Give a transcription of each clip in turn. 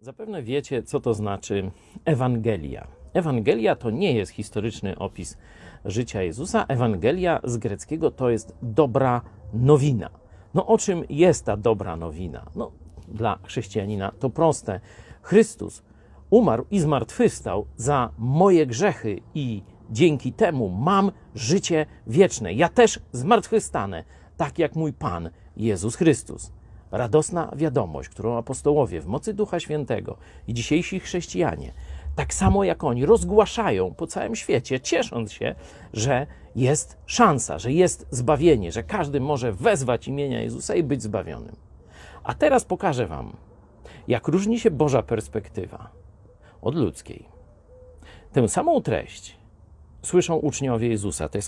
Zapewne wiecie, co to znaczy Ewangelia. Ewangelia to nie jest historyczny opis życia Jezusa. Ewangelia z greckiego to jest dobra nowina. No o czym jest ta dobra nowina? No, dla chrześcijanina to proste. Chrystus umarł i zmartwychwstał za moje grzechy i dzięki temu mam życie wieczne. Ja też zmartwychwstanę, tak jak mój Pan Jezus Chrystus. Radosna wiadomość, którą apostołowie w mocy Ducha Świętego i dzisiejsi chrześcijanie, tak samo jak oni, rozgłaszają po całym świecie, ciesząc się, że jest szansa, że jest zbawienie, że każdy może wezwać imienia Jezusa i być zbawionym. A teraz pokażę wam, jak różni się Boża perspektywa od ludzkiej. Tę samą treść słyszą uczniowie Jezusa. To jest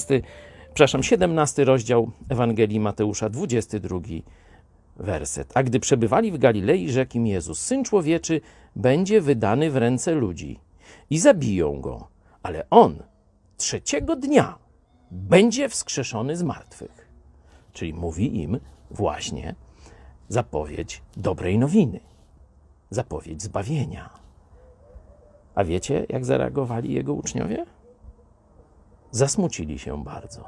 17 rozdział Ewangelii Mateusza, 22 werset. A gdy przebywali w Galilei, rzekł im Jezus: Syn Człowieczy będzie wydany w ręce ludzi i zabiją go, ale On 3. dnia będzie wskrzeszony z martwych. Czyli mówi im właśnie zapowiedź dobrej nowiny, zapowiedź zbawienia. A wiecie, jak zareagowali Jego uczniowie? Zasmucili się bardzo.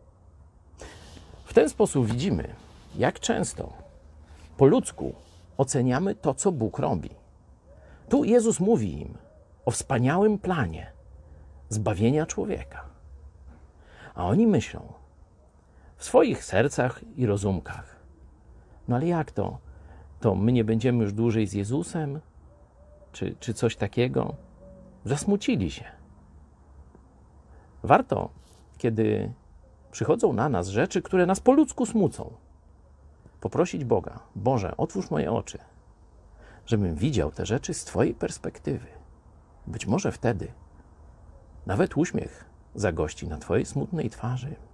W ten sposób widzimy, jak często po ludzku oceniamy to, co Bóg robi. Tu Jezus mówi im o wspaniałym planie zbawienia człowieka. A oni myślą w swoich sercach i rozumkach: no ale jak to? To my nie będziemy już dłużej z Jezusem? Czy coś takiego? Zasmucili się. Warto, kiedy przychodzą na nas rzeczy, które nas po ludzku smucą, poprosić Boga: Boże, otwórz moje oczy, żebym widział te rzeczy z Twojej perspektywy. Być może wtedy nawet uśmiech zagości na Twojej smutnej twarzy.